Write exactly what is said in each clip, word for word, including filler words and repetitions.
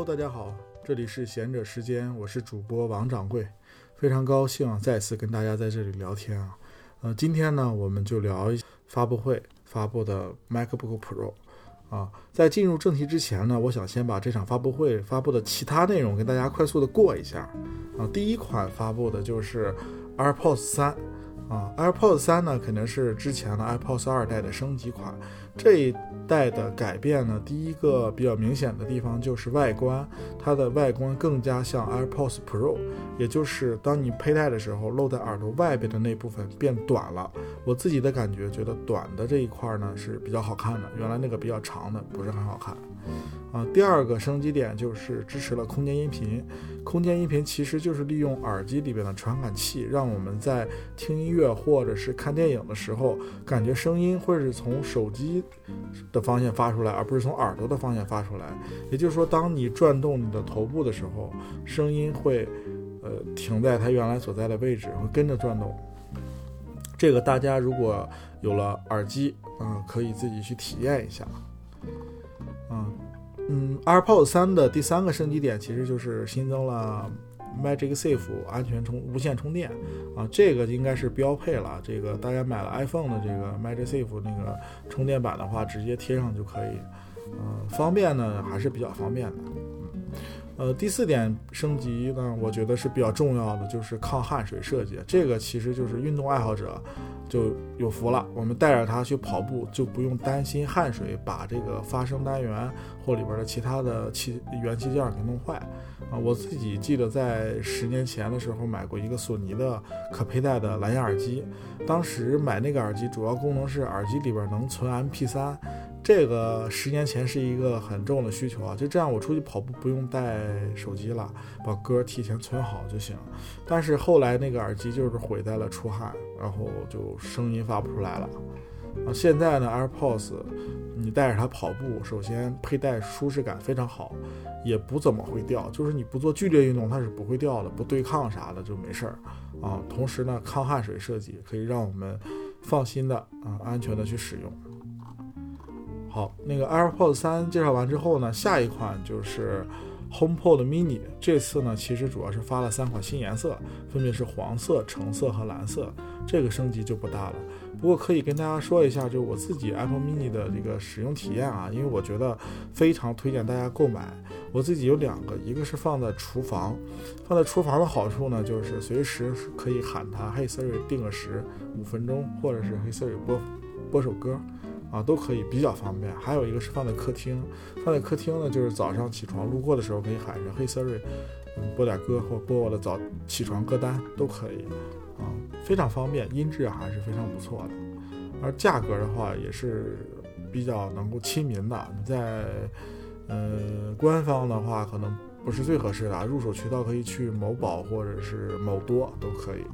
大家好，这里是闲者时间，我是主播王掌柜，非常高兴啊，再次跟大家在这里聊天啊。呃，今天呢，我们就聊一发布会发布的 MacBook Pro 啊。在进入正题之前呢，我想先把这场发布会发布的其他内容跟大家快速的过一下啊。第一款发布的就是 AirPods 三啊 ，AirPods 三呢肯定是之前的 AirPods 二代的升级款。这一代的改变呢，第一个比较明显的地方就是外观，它的外观更加像 AirPods Pro， 也就是当你佩戴的时候，露在耳朵外边的那部分变短了。我自己的感觉，觉得短的这一块呢是比较好看的，原来那个比较长的不是很好看。啊，第二个升级点就是支持了空间音频。空间音频其实就是利用耳机里边的传感器，让我们在听音乐或者是看电影的时候，感觉声音会是从手机的方向发出来，而不是从耳朵的方向发出来。也就是说，当你转动你的头部的时候，声音会呃停在它原来所在的位置，会跟着转动。这个大家如果有了耳机，嗯、呃，可以自己去体验一下。嗯嗯 ，AirPods 三的第三个升级点其实就是新增了 MagSafe 安全充无线充电啊，这个应该是标配了。这个大家买了 iPhone 的这个 MagSafe 那个充电板的话，直接贴上就可以，嗯、呃，方便呢还是比较方便的。嗯，呃，第四点升级呢，我觉得是比较重要的，就是抗汗水设计。这个其实就是运动爱好者就有福了，我们带着它去跑步，就不用担心汗水把这个发声单元或里边的其他的气元器件给弄坏啊。我自己记得在十年前的时候买过一个索尼的可佩戴的蓝牙耳机，当时买那个耳机主要功能是耳机里边能存 M P 三， 这个十年前是一个很重的需求啊，就这样我出去跑步不用带手机了，把歌提前存好就行。但是后来那个耳机就是毁在了出汗，然后就声音发不出来了啊。现在呢 AirPods 你带着它跑步，首先佩戴舒适感非常好，也不怎么会掉，就是你不做剧烈运动它是不会掉的，不对抗啥的就没事儿啊。同时呢，抗汗水设计可以让我们放心的啊安全的去使用。好，那个 AirPods 三介绍完之后呢，下一款就是 HomePod mini。 这次呢其实主要是发了三款新颜色，分别是黄色、橙色和蓝色，这个升级就不大了。不过可以跟大家说一下，就我自己 Apple mini 的这个使用体验啊，因为我觉得非常推荐大家购买。我自己有两个，一个是放在厨房，放在厨房的好处呢，就是随时可以喊它 Hey Siri 定个时五分钟，或者是 Hey Siri 播播首歌啊，都可以，比较方便。还有一个是放在客厅，放在客厅呢，就是早上起床路过的时候可以喊上 Hey Siri， 嗯，播点歌或播我的早起床歌单都可以啊，非常方便，音质还是非常不错的。而价格的话也是比较能够亲民的，你在呃官方的话可能不是最合适的，入手渠道可以去某宝或者是某多都可以。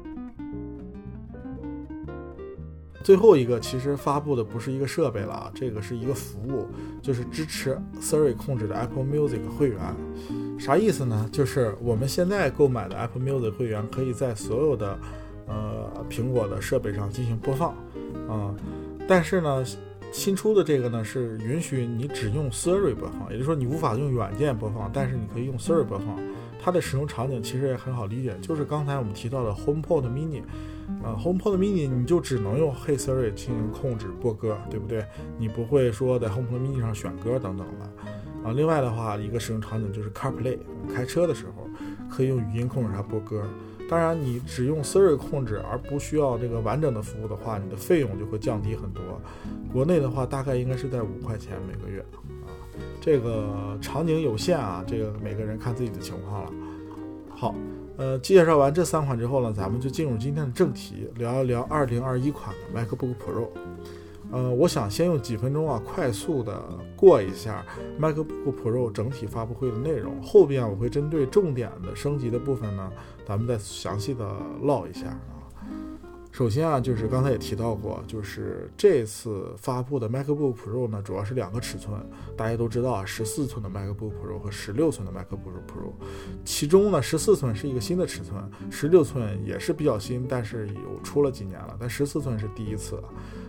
最后一个其实发布的不是一个设备了，这个是一个服务，就是支持 Siri 控制的 Apple Music 会员。啥意思呢？就是我们现在购买的 Apple Music 会员可以在所有的呃苹果的设备上进行播放啊、呃，但是呢新出的这个呢是允许你只用 Siri 播放，也就是说你无法用软件播放，但是你可以用 Siri 播放。它的使用场景其实也很好理解，就是刚才我们提到的 HomePod mini， 呃 HomePod mini 你就只能用 Hey Siri 进行控制播歌，对不对？你不会说在 HomePod mini 上选歌等等的啊。另外的话，一个使用场景就是 CarPlay， 开车的时候可以用语音控制它播歌。当然你只用 Siri 控制而不需要这个完整的服务的话，你的费用就会降低很多。国内的话大概应该是在五块钱每个月啊，这个场景有限啊，这个每个人看自己的情况了。好，呃，介绍完这三款之后呢，咱们就进入今天的正题，聊一聊二零二一款的 MacBook Pro。呃，我想先用几分钟啊，快速的过一下 MacBook Pro 整体发布会的内容，后边我会针对重点的升级的部分呢，咱们再详细的唠一下啊。首先啊，就是刚才也提到过，就是这次发布的 MacBook Pro 呢，主要是两个尺寸，大家都知道啊，十四寸的 MacBook Pro 和十六寸的 MacBook Pro， 其中呢，十四寸是一个新的尺寸，十六寸也是比较新，但是有出了几年了，但十四寸是第一次。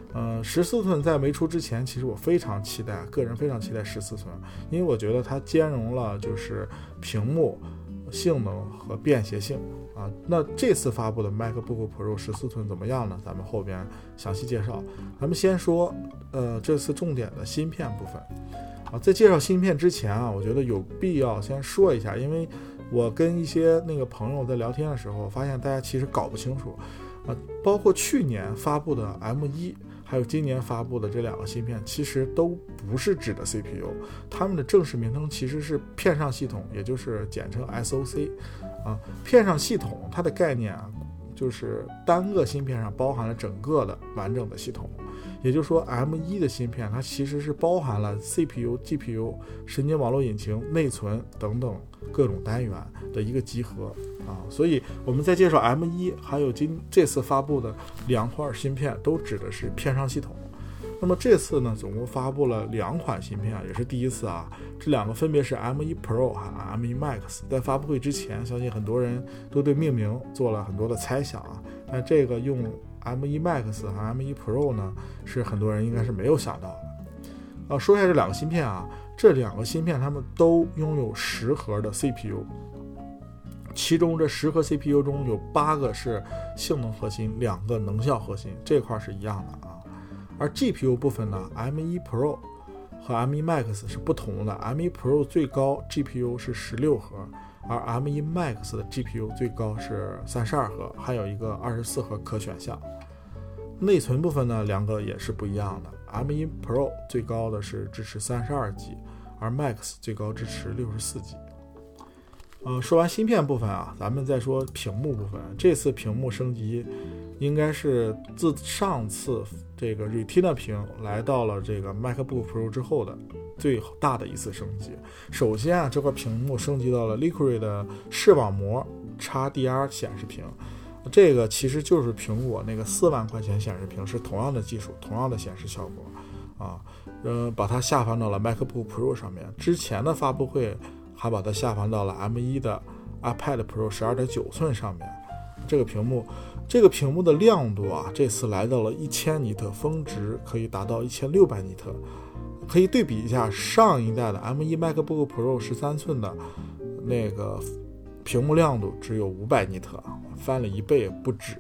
呃，十四寸在没出之前，其实我非常期待，个人非常期待十四寸，因为我觉得它兼容了就是屏幕、性能和便携性啊。那这次发布的 MacBook Pro 十四寸怎么样呢？咱们后边详细介绍。咱们先说，呃，这次重点的芯片部分啊。在介绍芯片之前啊，我觉得有必要先说一下，因为我跟一些那个朋友在聊天的时候，发现大家其实搞不清楚啊，包括去年发布的 M 一。还有今年发布的这两个芯片，其实都不是指的 C P U， 它们的正式名称其实是片上系统，也就是简称 S O C 啊。片上系统它的概念啊，就是单个芯片上包含了整个的完整的系统，也就是说 M 一 的芯片它其实是包含了 C P U、G P U、神经网络引擎、内存等等各种单元的一个集合啊。所以我们在介绍 M 一 还有今这次发布的两块芯片都指的是片上系统。那么这次呢，总共发布了两款芯片，也是第一次啊。这两个分别是 M 一 Pro 和 M 一 Max。在发布会之前，相信很多人都对命名做了很多的猜想啊。但这个用 M 一 Max 和 M 一 Pro 呢，是很多人应该是没有想到的。啊，说一下这两个芯片啊，这两个芯片它们都拥有十核的 C P U， 其中这十核 C P U 中有八个是性能核心，两个能效核心，这块是一样的啊。而 G P U 部分呢 ，M 一 Pro 和 M 一 Max 是不同的。M 一 Pro 最高 G P U 是十六核，而 M 一 Max 的 G P U 最高是三十二核，还有一个二十四核可选项。内存部分呢，两个也是不一样的。M 一 Pro 最高的是支持三十二 G， 而 Max 最高支持六十四 G。呃，说完芯片部分啊，咱们再说屏幕部分。这次屏幕升级应该是自上次这个 Retina 屏来到了这个 MacBook Pro 之后的最大的一次升级。首先啊，这块屏幕升级到了 Liquid 的视网膜 X D R 显示屏，这个其实就是苹果那个四万块钱显示屏是同样的技术，同样的显示效果啊，呃，把它下放到了 MacBook Pro 上面。之前的发布会还把它下放到了 M 一 的 iPad Pro 十二点九寸上面。这个屏幕，这个屏幕的亮度啊，这次来到了一千尼特，峰值可以达到一千六百尼特，可以对比一下上一代的 M 一 MacBook Pro 十三寸的那个屏幕亮度只有五百尼特，翻了一倍不止。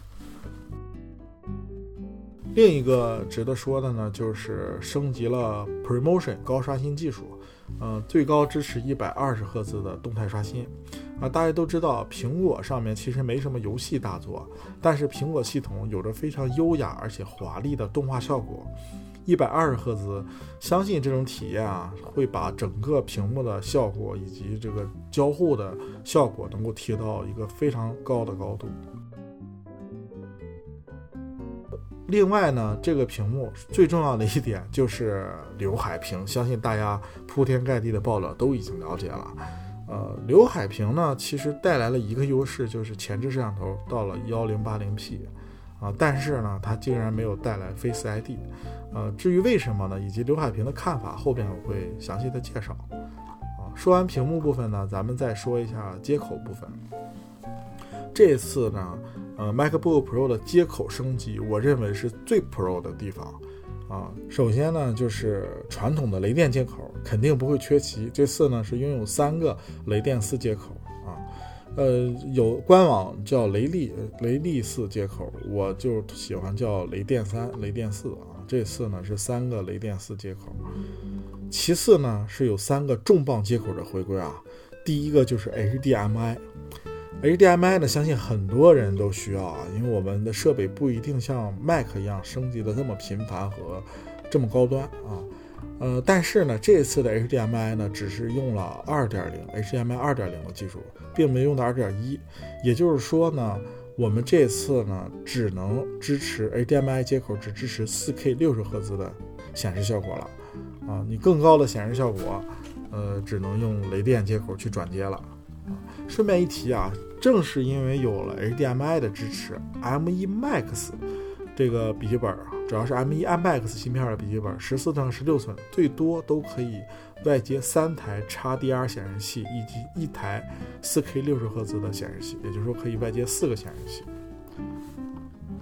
另一个值得说的呢，就是升级了 PreMotion 高刷新技术，呃，最高支持一百二十赫兹的动态刷新啊。大家都知道，苹果上面其实没什么游戏大作，但是苹果系统有着非常优雅而且华丽的动画效果。一百二十赫兹，相信这种体验啊，会把整个屏幕的效果以及这个交互的效果能够提到一个非常高的高度。另外呢，这个屏幕最重要的一点就是刘海屏，相信大家铺天盖地的爆料都已经了解了。呃，刘海屏呢，其实带来了一个优势，就是前置摄像头到了一零八零 P 啊，但是呢，它竟然没有带来 Face I D。呃，至于为什么呢，以及刘海屏的看法，后边我会详细的介绍。啊，说完屏幕部分呢，咱们再说一下接口部分。这次呢，呃 MacBook Pro 的接口升级，我认为是最 Pro 的地方啊。首先呢，就是传统的雷电接口肯定不会缺席，这次呢是拥有三个雷电四接口啊。呃，有官网叫雷利雷利四接口，我就喜欢叫雷电三、雷电四啊。这次呢是三个雷电四接口。其次呢是有三个重磅接口的回归啊。第一个就是 H D M I。H D M I 呢，相信很多人都需要啊，因为我们的设备不一定像 Mac 一样升级的这么频繁和这么高端啊。呃，但是呢，这次的 H D M I 呢，只是用了 二点零 H D M I 二点零 的技术，并没用到 二点一。也就是说呢，我们这次呢，只能支持 H D M I 接口只支持 四K 六十赫兹的显示效果了啊。你更高的显示效果，呃，只能用雷电接口去转接了。顺便一提啊，正是因为有了 H D M I 的支持 ，M 一 Max 这个笔记本，主要是 M 一 Max 芯片的笔记本，十四寸、十六寸，最多都可以外接三台 X D R 显示器以及一台 四K 六十赫兹的显示器，也就是说可以外接四个显示器。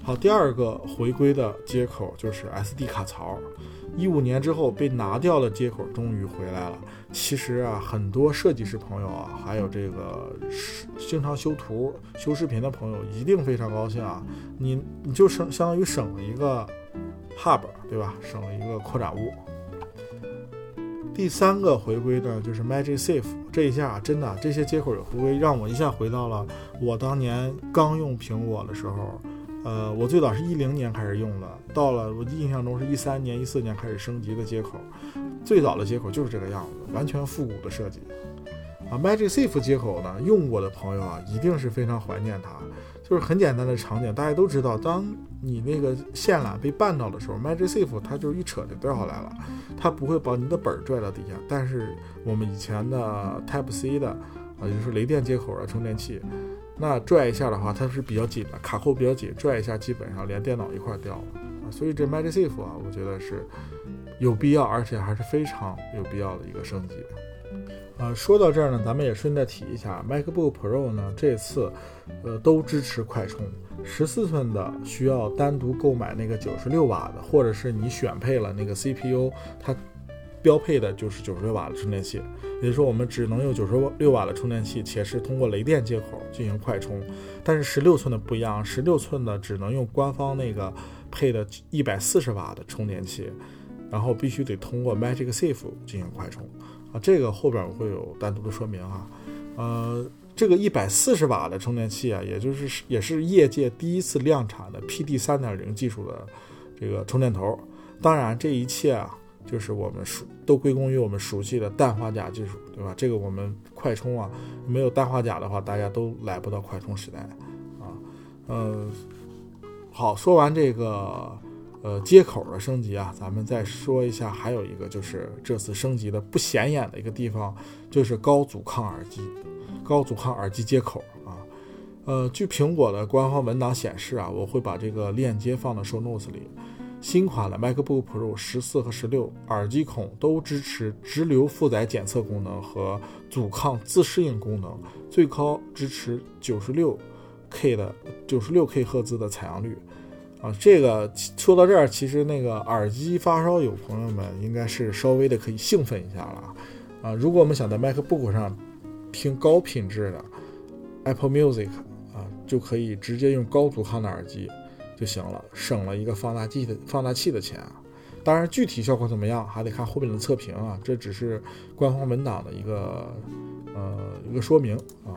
好，第二个回归的接口就是 S D 卡槽，一五年之后被拿掉的接口终于回来了。其实啊，很多设计师朋友啊，还有这个经常修图、修视频的朋友，一定非常高兴啊！你你就省相当于省了一个 hub， 对吧？省了一个扩展物。第三个回归呢，就是 MagicSafe， 这一下真的这些接口的回归，让我一下回到了我当年刚用苹果的时候。呃，我最早是一零年开始用的，到了我印象中是一三年、一四年开始升级的接口。最早的接口就是这个样子，完全复古的设计。啊 ，MagicSafe 接口呢，用过的朋友啊，一定是非常怀念它。就是很简单的场景，大家都知道，当你那个线缆被绊到的时候 ，MagicSafe 它就一扯就掉下来了，它不会把你的本拽到底下。但是我们以前的 Type C 的，啊，就是雷电接口的充电器。那拽一下的话，它是比较紧的，卡扣比较紧，拽一下基本上连电脑一块掉了啊。所以这 MagicSafe 啊，我觉得是有必要，而且还是非常有必要的一个升级。呃，说到这儿呢，咱们也顺带提一下 ，MacBook Pro 呢这次呃都支持快充，十四寸的需要单独购买那个九十六瓦的，或者是你选配了那个 C P U， 它标配的就是九十六瓦的充电器，也就是说我们只能用九十六瓦的充电器，且是通过雷电接口进行快充。但是十六寸的不一样，十六寸的只能用官方那个配的一百四十瓦的充电器，然后必须得通过 MagicSafe 进行快充啊，这个后边我会有单独的说明啊。呃，这个一百四十瓦的充电器啊，也就是也是业界第一次量产的 P D 三点零 技术的这个充电头。当然，这一切啊，就是我们熟都归功于我们熟悉的氮化镓技术，对吧？这个我们快充啊，没有氮化镓的话，大家都来不到快充时代啊。呃，好，说完这个呃接口的升级啊，咱们再说一下，还有一个就是这次升级的不显眼的一个地方，就是高阻抗耳机，高阻抗耳机接口啊。呃，据苹果的官方文档显示啊，我会把这个链接放到 show notes 里。新款的 MacBook Pro 十四和十六耳机孔都支持直流负载检测功能和阻抗自适应功能，最高支持 九十六K 的 九十六K 赫兹的采样率啊。这个说到这儿，其实那个耳机发烧友朋友们应该是稍微的可以兴奋一下了啊。如果我们想在 MacBook 上听高品质的 Apple Music 啊，就可以直接用高阻抗的耳机就行了，省了一个放大器的放大器的钱啊。当然具体效果怎么样还得看后面的测评啊，这只是官方文档的一个呃一个说明啊。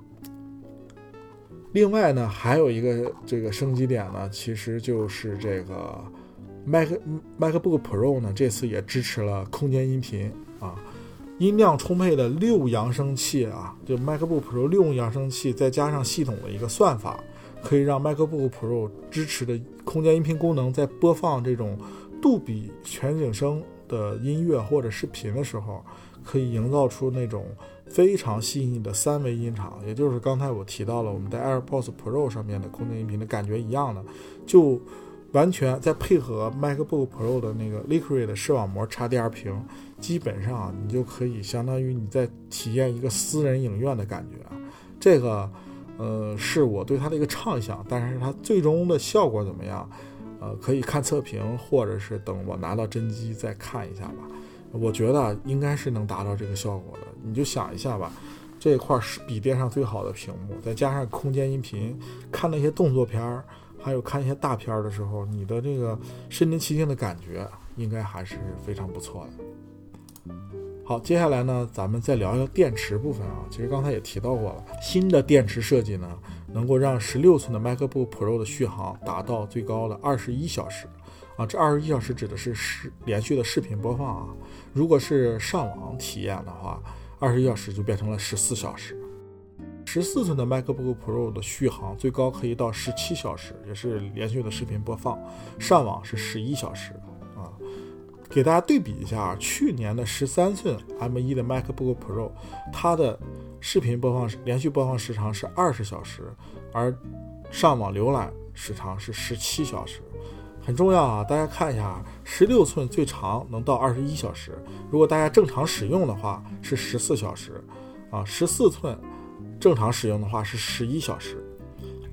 另外呢，还有一个这个升级点呢，其实就是这个 Mac MacBook Pro 呢，这次也支持了空间音频啊，音量充沛的六扬声器啊，就 MacBook Pro 六扬声器再加上系统的一个算法，可以让 MacBook Pro 支持的空间音频功能在播放这种杜比全景声的音乐或者视频的时候，可以营造出那种非常细腻的三维音场，也就是刚才我提到了我们在 AirPods Pro 上面的空间音频的感觉一样的，就完全再配合 MacBook Pro 的那个 Liquid 的视网膜 X D R 屏，基本上你就可以相当于你在体验一个私人影院的感觉。这个呃是我对它的一个畅想，但是它最终的效果怎么样，呃可以看测评，或者是等我拿到真机再看一下吧。我觉得应该是能达到这个效果的。你就想一下吧，这块是笔电上最好的屏幕，再加上空间音频，看那些动作片还有看一些大片的时候，你的这个身临其境的感觉应该还是非常不错的。好，接下来呢，咱们再聊聊电池部分啊。其实刚才也提到过了，新的电池设计呢，能够让十六寸的 MacBook Pro 的续航达到最高的二十一小时啊。这二十一小时指的是视连续的视频播放啊。如果是上网体验的话，二十一小时就变成了十四小时。十四寸的 MacBook Pro 的续航最高可以到十七小时，也是连续的视频播放，上网是十一小时啊。给大家对比一下，去年的十三寸 M 一 的 MacBook Pro， 它的视频播放连续播放时长是二十小时，而上网浏览时长是十七小时。很重要啊，大家看一下，十六寸最长能到二十一小时，如果大家正常使用的话是十四小时啊，十四寸正常使用的话是十一小时。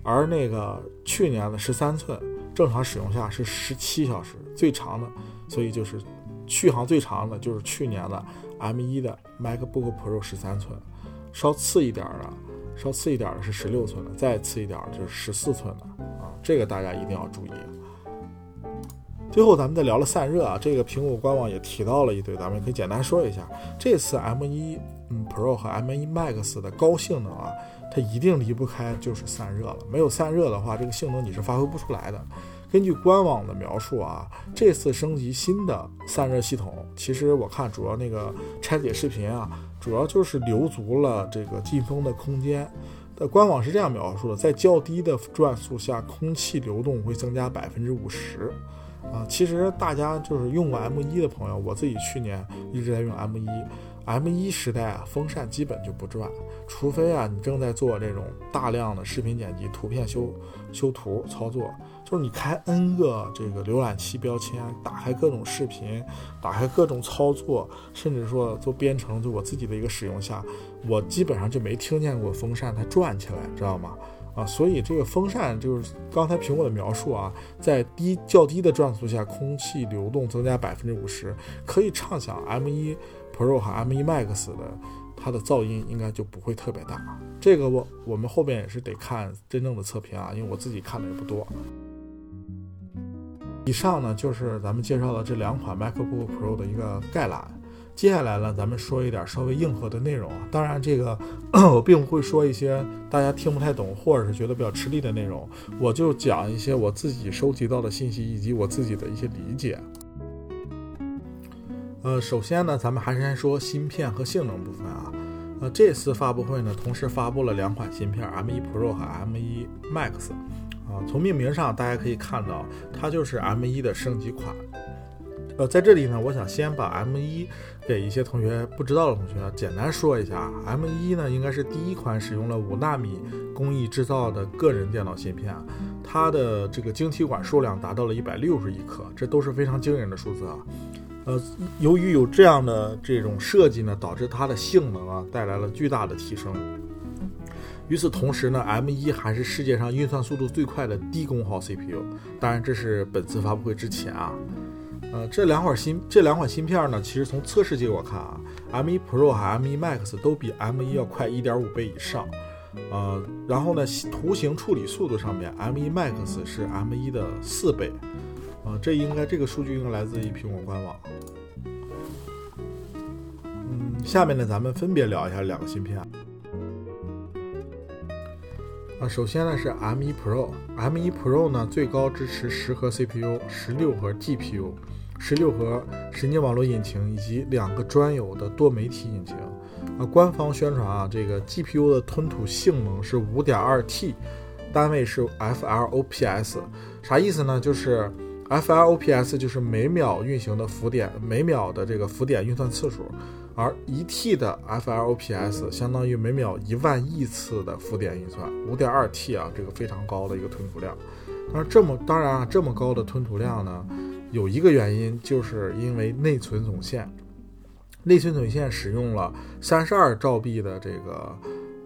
而那个去年的十三寸正常使用下是十七小时，最长的，所以就是续航最长的就是去年的 M 一 的 MacBook Pro 十三寸，稍次一点的稍次一点的是十六寸的，再次一点就是十四寸的啊，这个大家一定要注意。最后咱们再聊了散热啊，这个苹果官网也提到了一堆，咱们可以简单说一下。这次 M 一 嗯 Pro 和 M 一 Max 的高性能啊，它一定离不开就是散热了。没有散热的话，这个性能你是发挥不出来的。根据官网的描述啊，这次升级新的散热系统，其实我看主要那个拆解视频啊，主要就是留足了这个进风的空间。的官网是这样描述的，在较低的转速下，空气流动会增加百分之五十。啊，其实大家就是用过 M 一 的朋友，我自己去年一直在用 M 一 M 一 时代啊，风扇基本就不转，除非啊你正在做这种大量的视频剪辑、图片修修图操作，就是你开 N 个这个浏览器标签，打开各种视频，打开各种操作，甚至说做编程，就我自己的一个使用下，我基本上就没听见过风扇它转起来，知道吗？啊，所以这个风扇就是刚才苹果的描述啊，在低较低的转速下，空气流动增加百分之五十，可以畅想 M 一 Pro 和 M 一 Max 的它的噪音应该就不会特别大。这个我我们后边也是得看真正的测评啊，因为我自己看的也不多。以上呢就是咱们介绍的这两款 MacBook Pro 的一个概览。接下来呢，咱们说一点稍微硬核的内容啊。当然，这个我并不会说一些大家听不太懂或者是觉得比较吃力的内容，我就讲一些我自己收集到的信息以及我自己的一些理解。呃，首先呢，咱们还是先说芯片和性能部分啊。呃，这次发布会呢，同时发布了两款芯片 M 一 Pro 和 M 一 Max 啊。从命名上大家可以看到，它就是 M 一 的升级款。呃，在这里呢，我想先把 M 一 给一些同学不知道的同学简单说一下。M 一 呢，应该是第一款使用了五纳米工艺制造的个人电脑芯片，它的这个晶体管数量达到了一百六十亿颗，这都是非常惊人的数字啊。呃，由于有这样的这种设计呢，导致它的性能啊带来了巨大的提升。与此同时呢 ，M 一 还是世界上运算速度最快的低功耗 C P U。当然，这是本次发布会之前啊。呃，这两款芯这两款芯片呢，其实从测试结果看啊 ，M 一 Pro 和 M 一 Max 都比 M 一 要快 一点五 倍以上。呃，然后呢，图形处理速度上面 ，M 一 Max 是 M 一 的四倍。呃，这应该这个数据应该来自于苹果官网。嗯，下面呢，咱们分别聊一下两个芯片。啊，首先呢是 M 一 Pro，M 一 Pro 呢最高支持十核 C P U、十六核 G P U、十六核神经网络引擎以及两个专有的多媒体引擎。啊，官方宣传啊，这个 G P U 的吞吐性能是 五点二 T， 单位是 F L O P S， 啥意思呢？就是 F L O P S 就是每秒运行的浮点，每秒的这个浮点运算次数。而一 T 的 F L O P S 相当于每秒一万亿次的浮点运算， 五点二 T 啊，这个非常高的一个吞吐量。当然这么当然啊，这么高的吞吐量呢，有一个原因就是因为内存总线，内存总线使用了三十二兆 B 的这个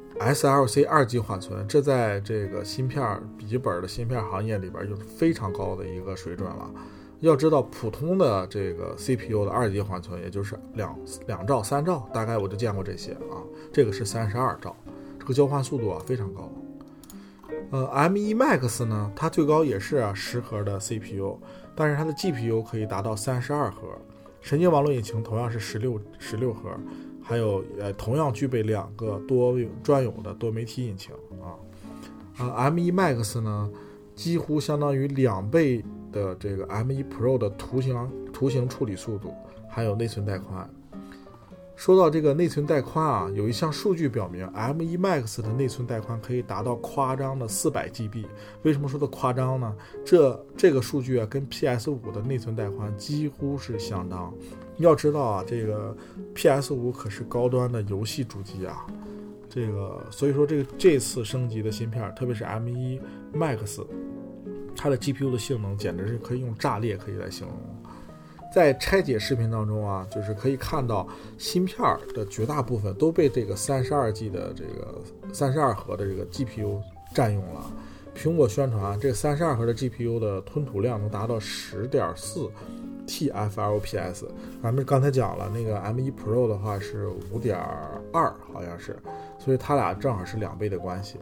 S L C 二级缓存，这在这个芯片笔记本的芯片行业里边就是非常高的一个水准了。要知道普通的这个 C P U 的二级缓存也就是两两兆三兆，大概我就见过这些啊，这个是三十二兆，这个交换速度啊非常高。呃 M 一 Max 呢，它最高也是十核的 C P U， 但是它的 G P U 可以达到三十二核，神经网络引擎同样是十六十六核，还有呃同样具备两个多专有的多媒体引擎啊。呃 M 一 Max 呢，几乎相当于两倍的这个 M 一 Pro 的图形图形处理速度，还有内存带宽。说到这个内存带宽啊，有一项数据表明 M 一 Max 的内存带宽可以达到夸张的 四百 G B。 为什么说的夸张呢？这这个数据啊跟 P S 五 的内存带宽几乎是相当。要知道啊，这个 P S 五 可是高端的游戏主机啊，这个所以说这个这次升级的芯片，特别是 M 一 Max， 它的 G P U 的性能简直是可以用炸裂可以来形容。在拆解视频当中啊，就是可以看到芯片的绝大部分都被这个三十二 G 的这个三十二核的这个 G P U 占用了， 苹果宣传这三十二核的 G P U 的吞吐量能达到 十点四 T F L P S， 咱们刚才讲了那个 M 一 Pro 的话是 五点二 好像是，所以它俩正好是两倍的关系。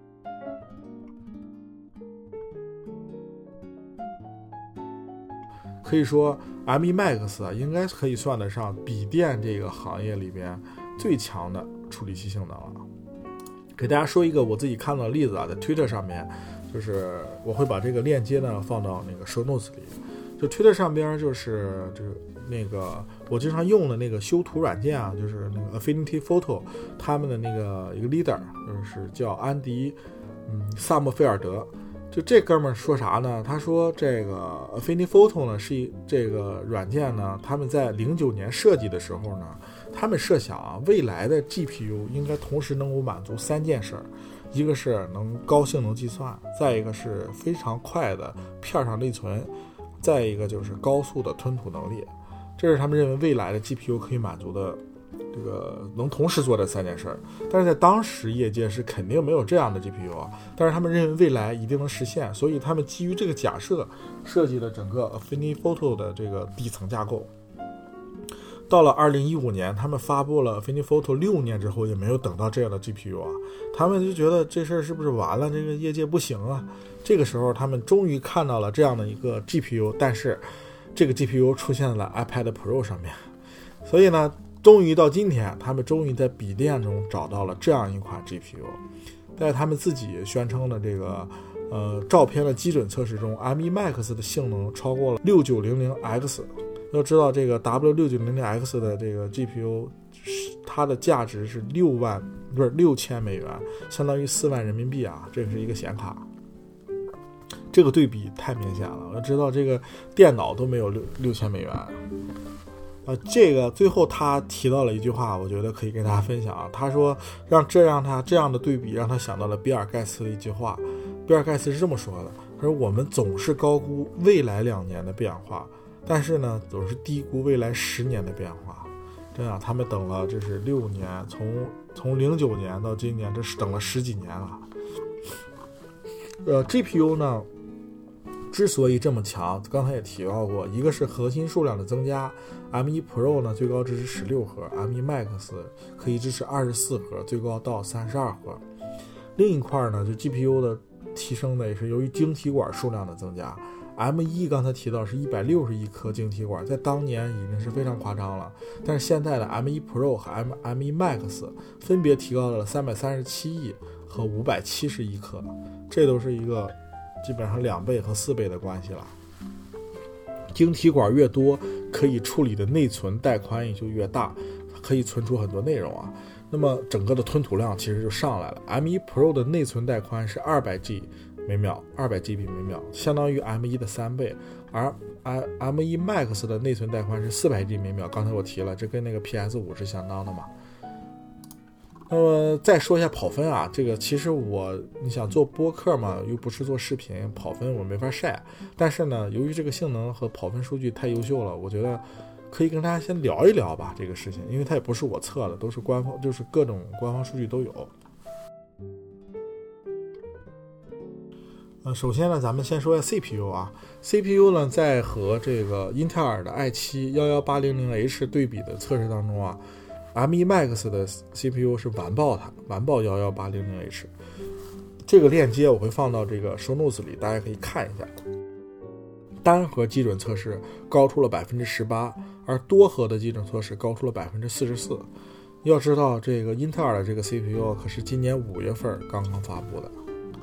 可以说 M 一 Max 啊，应该可以算得上笔电这个行业里边最强的处理器性能了。给大家说一个我自己看到的例子啊，在 Twitter 上面，就是我会把这个链接呢放到那个 show notes 里。就 Twitter 上边就是这个那个我经常用的那个修图软件啊，就是那个 Affinity Photo， 他们的那个一个 leader 就是叫安迪嗯萨默菲尔德。就这哥们儿说啥呢？他说这个 Affinity Photo 呢是一这个软件呢，他们在零九年设计的时候呢，他们设想啊，未来的 G P U 应该同时能够满足三件事儿，一个是能高性能计算，再一个是非常快的片上内存，再一个就是高速的吞吐能力。这是他们认为未来的 G P U 可以满足的这个能同时做这三件事儿，但是在当时业界是肯定没有这样的 G P U 啊，但是他们认为未来一定能实现，所以他们基于这个假设设计了整个 Affinity Photo 的这个底层架构。到了二零一五年，他们发布了 Affinity Photo 六年之后也没有等到这样的 G P U 啊，他们就觉得这事儿是不是完了，这个业界不行啊。这个时候他们终于看到了这样的一个 G P U， 但是这个 G P U 出现了 iPad Pro 上面，所以呢终于到今天，他们终于在笔电中找到了这样一款 G P U。 在他们自己宣称的这个呃照片的基准测试中， M 一 Max 的性能超过了 六九零零 X。 要知道这个 W 六九零零 X 的这个 G P U 它的价值是六万不是六千美元，相当于四万人民币啊，这是一个显卡。这个对比太明显了，我知道这个电脑都没有六六千美元。呃，这个最后他提到了一句话，我觉得可以跟大家分享啊。他说让这让他这样的对比让他想到了比尔盖茨的一句话。比尔盖茨是这么说的，他说我们总是高估未来两年的变化，但是呢总是低估未来十年的变化。这样他们等了这是六年，从从零九年到今年，这是等了十几年了。呃 G P U 呢之所以这么强，刚才也提到过，一个是核心数量的增加， M 一 Pro 呢最高支持十六核， M 一 Max 可以支持二十四核，最高到三十二核。另一块呢，就 G P U 的提升呢也是由于晶体管数量的增加。 M 一 刚才提到是一百六十一颗晶体管，在当年已经是非常夸张了，但是现在的 M 一 Pro 和 M, M 一 Max 分别提高了三百三十七亿和五百七十一颗，这都是一个基本上两倍和四倍的关系了。晶体管越多，可以处理的内存带宽也就越大，可以存储很多内容啊。那么整个的吞吐量其实就上来了。 M 一 Pro 的内存带宽是二百 G 每秒 ,二百 G B 每秒，相当于 M 一 的三倍，而 M 一 Max 的内存带宽是四百 G 每秒，刚才我提了，这跟那个 P S 五 是相当的嘛。那么再说一下跑分啊，这个其实我你想做播客嘛，又不是做视频，跑分我没法晒。但是呢，由于这个性能和跑分数据太优秀了，我觉得可以跟大家先聊一聊吧这个事情，因为它也不是我测的，都是官方，就是各种官方数据都有。呃，首先呢，咱们先说一下 C P U 啊 ，C P U 呢在和这个英特尔的 i 七 一一八零零 H 对比的测试当中啊。M 一 Max 的 C P U 是完爆它，完爆一一八零零 H。这个链接我会放到这个 show notes 里，大家可以看一下。单核基准测试高出了 百分之十八， 而多核的基准测试高出了 百分之四十四。要知道这个英特尔的这个 C P U 可是今年五月份刚刚发布的。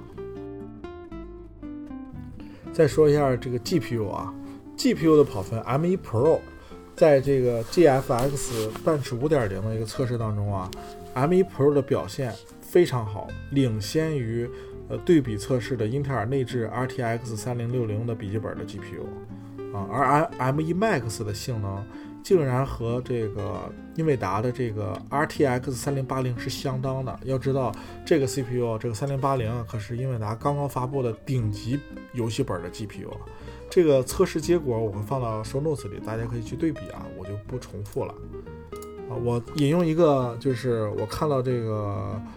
再说一下这个 G P U 啊 ，G P U 的跑分 M 一 Pro。在这个 G F X Bench 五点零 的一个测试当中啊 ，M 一 Pro 的表现非常好，领先于呃对比测试的英特尔内置 R T X 三零六零的笔记本的 G P U 啊，而 M 一 Max 的性能竟然和这个英伟达的这个 R T X 三零八零是相当的。要知道这个 C P U 这个三零八零可是英伟达刚刚发布的顶级游戏本的 G P U。这个测试结果我会放到 show notes 里，大家可以去对比啊，我就不重复了。啊，我引用一个，就是我看到这个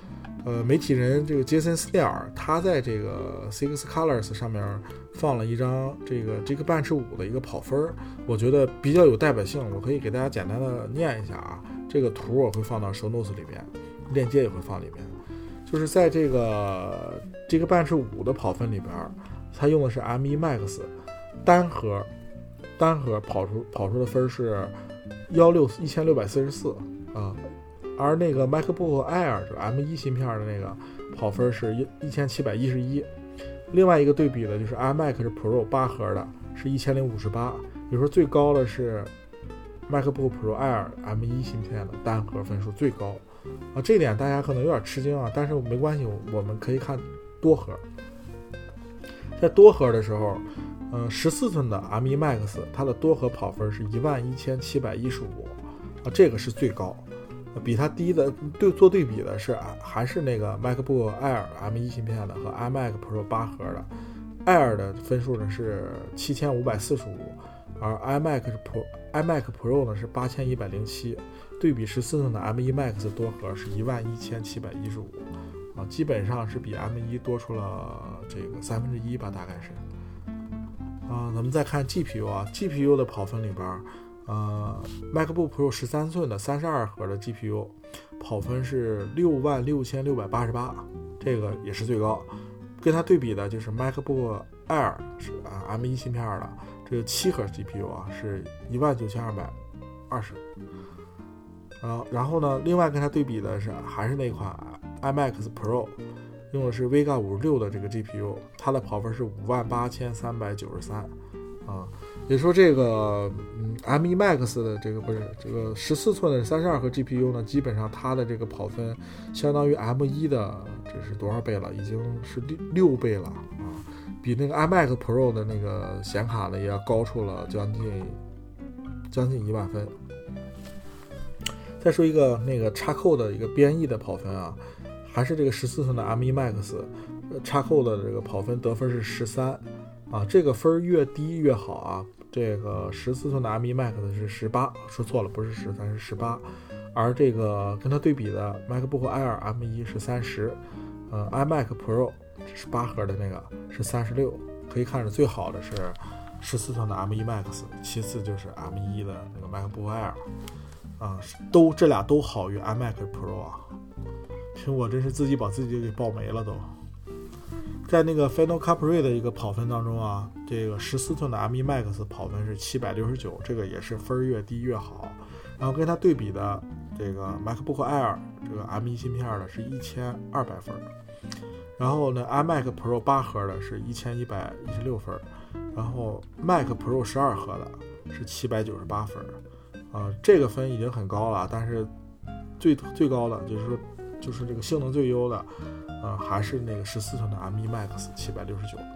呃，媒体人这个杰森斯内尔，他在这个 Six Colors 上面放了一张这个这个半尺五的一个跑分，我觉得比较有代表性，我可以给大家简单的念一下啊。这个图我会放到 show notes 里边，链接也会放里边。就是在这个这个半尺五的跑分里边，他用的是 M 一 Max 单核，单核跑出跑出的分是幺六一千六百四十四啊。而那个 MacBook Air 就 M 一 芯片的那个跑分是一千七百一十一，另外一个对比的就是 iMac 是 Pro 八核的，是一千零五十八，比如说最高的是 MacBook Pro Air M 一 芯片的单核分数最高啊，这点大家可能有点吃惊啊，但是没关系，我们可以看多核。在多核的时候，呃，十四寸的 M 一 Max 它的多核跑分是一万一千七百一十五啊，这个是最高。比它低的对做对比的是还是那个 MacBook Air M 一 芯片的和 iMac Pro 八核的 Air 的分数呢是七千五百四十五，而 iMac Pro iMac Pro 呢是八千一百零七，对比十四寸的 M 一 Max 多核是一万一千七百一十五啊，基本上是比 M 一 多出了这个三分之一吧，大概是啊。咱们再看 G P U 啊 ，G P U 的跑分里边。呃 MacBook Pro 十三寸的三十二核的 G P U 跑分是六万六千六百八十八，这个也是最高。跟它对比的就是 MacBook Air 是啊 M 一 芯片的这个七核 G P U 啊是一万九千二百二十。呃，然后呢，另外跟它对比的是还是那款 iMac Pro， 用的是 Vega 五十六的这个 G P U， 它的跑分是五万八千三百九十三。啊，也说这个嗯 M 一 Max 的这个不是这个十四寸的三十二核 G P U 呢，基本上它的这个跑分相当于 M 一 的这是多少倍了？已经是六六倍了啊，比那个 iMac Pro 的那个显卡呢也要高出了将近将近一万分。再说一个那个插扣的一个编译的跑分啊，还是这个十四寸的 M 一 Max 插扣的这个跑分得分是十三。啊，这个分越低越好啊！这个十四寸的 M 一 Max 是十八，说错了，不是十三，是十八。而这个跟它对比的 MacBook Air M 一 是三十，呃 ，iMac Pro 是八核的那个是三十六。可以看着最好的是十四寸的 M 一 Max， 其次就是 M 一 的那个 MacBook Air， 啊，都这俩都好于 iMac Pro 啊！苹果真是自己把自己给爆没了都。在那个 Final Cut Pro 的一个跑分当中啊，这个十四寸的 M 一 Max 跑分是七百六十九，这个也是分越低越好。然后跟它对比的这个 MacBook Air 这个 M 一 芯片的是一千二百分，然后呢 iMac Pro 八核的是一千一百一十六分，然后 Mac Pro 十二核的是七百九十八分。啊、呃，这个分已经很高了，但是最最高的就是说就是这个性能最优的。呃，还是那个十四寸的 M 一 Max 七百六十九。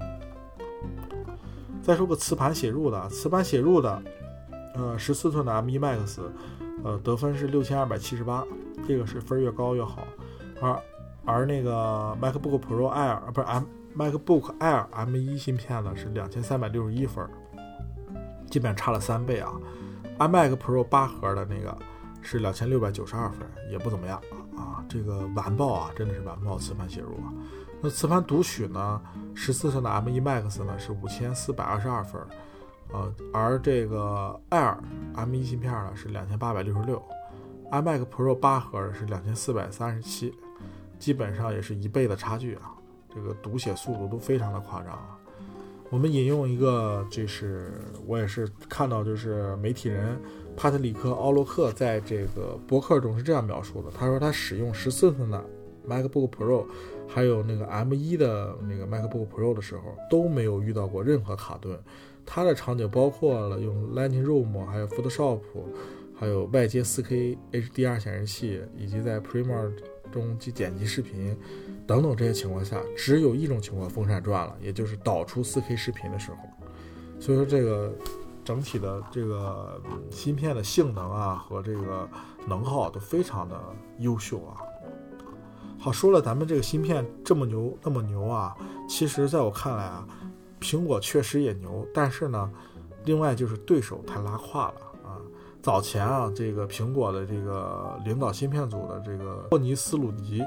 再说个磁盘写入的，磁盘写入的，呃，十四寸的 M 一 Max， 呃，得分是六千二百七十八，这个是分越高越好。而而那个 MacBook Pro Air 不是 M MacBook Air M 一 芯片呢是两千三百六十一分，基本差了三倍啊。iMac Pro 八核的那个是两千六百九十二分，也不怎么样。啊，这个完爆啊，真的是完爆磁盘写入啊。那磁盘读取呢，十四寸的 M 一 Max 呢是五千四百二十二分，呃，而这个 Air M 一 芯片呢是两千八百六十六 ，iMac Pro 八核是两千四百三十七，基本上也是一倍的差距啊。这个读写速度都非常的夸张啊。我们引用一个，就是我也是看到，就是媒体人帕特里克·奥洛克在这个博客中是这样描述的，他说他使用十四寸的 MacBook Pro 还有那个 M 一 的那个 MacBook Pro 的时候都没有遇到过任何卡顿。他的场景包括了用 Lightroom 还有 Photoshop 还有外接 四 K H D R 显示器以及在 Premiere 中去剪辑视频等等这些情况下，只有一种情况风扇转了，也就是导出 四 K 视频的时候。所以说这个整体的这个芯片的性能啊和这个能耗都非常的优秀啊。好，说了咱们这个芯片这么牛那么牛啊，其实在我看来啊，苹果确实也牛，但是呢，另外就是对手太拉胯了啊。早前啊，这个苹果的这个领导芯片组的这个霍尼斯鲁尼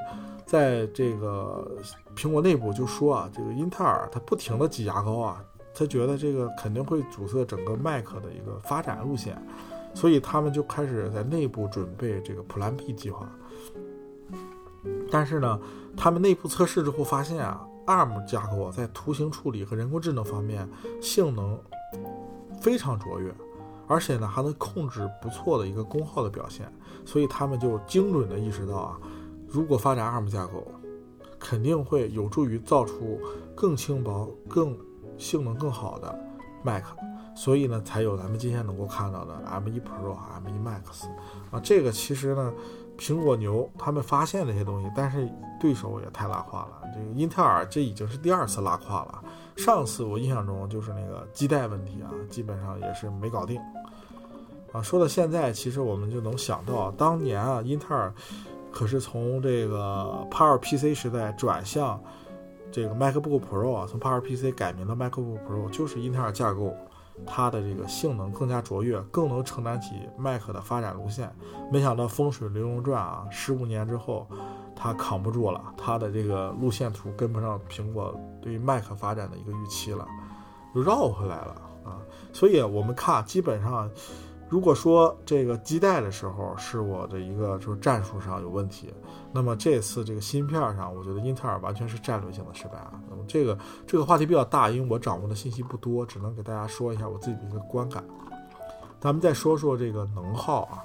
在这个苹果内部就说啊，这个英特尔它不停的挤牙膏啊，他觉得这个肯定会阻塞整个 Mac 的一个发展路线，所以他们就开始在内部准备这个 Plan B 计划。但是呢，他们内部测试之后发现啊 ，A R M 架构在图形处理和人工智能方面性能非常卓越，而且呢还能控制不错的一个功耗的表现，所以他们就精准的意识到啊，如果发展 A R M 架构，肯定会有助于造出更轻薄、更性能更好的 Mac， 所以呢才有咱们今天能够看到的 M 一 Pro、M 一 Max 啊。这个其实呢，苹果牛他们发现这些东西，但是对手也太拉胯了。这个英特尔这已经是第二次拉胯了，上次我印象中就是那个基带问题啊，基本上也是没搞定啊。说到现在，其实我们就能想到，当年啊，英特尔可是从这个 PowerPC 时代转向这个 MacBook Pro 啊，从 PowerPC 改名的 MacBook Pro， 就是英特尔架构它的这个性能更加卓越，更能承担起 Mac 的发展路线。没想到风水轮流转啊，十五年之后它扛不住了，它的这个路线图跟不上苹果对于 Mac 发展的一个预期了，又绕回来了啊。所以我们看，基本上如果说这个基带的时候是我的一个就是战术上有问题，那么这次这个芯片上，我觉得英特尔完全是战略性的失败啊。那么这个这个话题比较大，因为我掌握的信息不多，只能给大家说一下我自己的一个观感。咱们再说说这个能耗啊，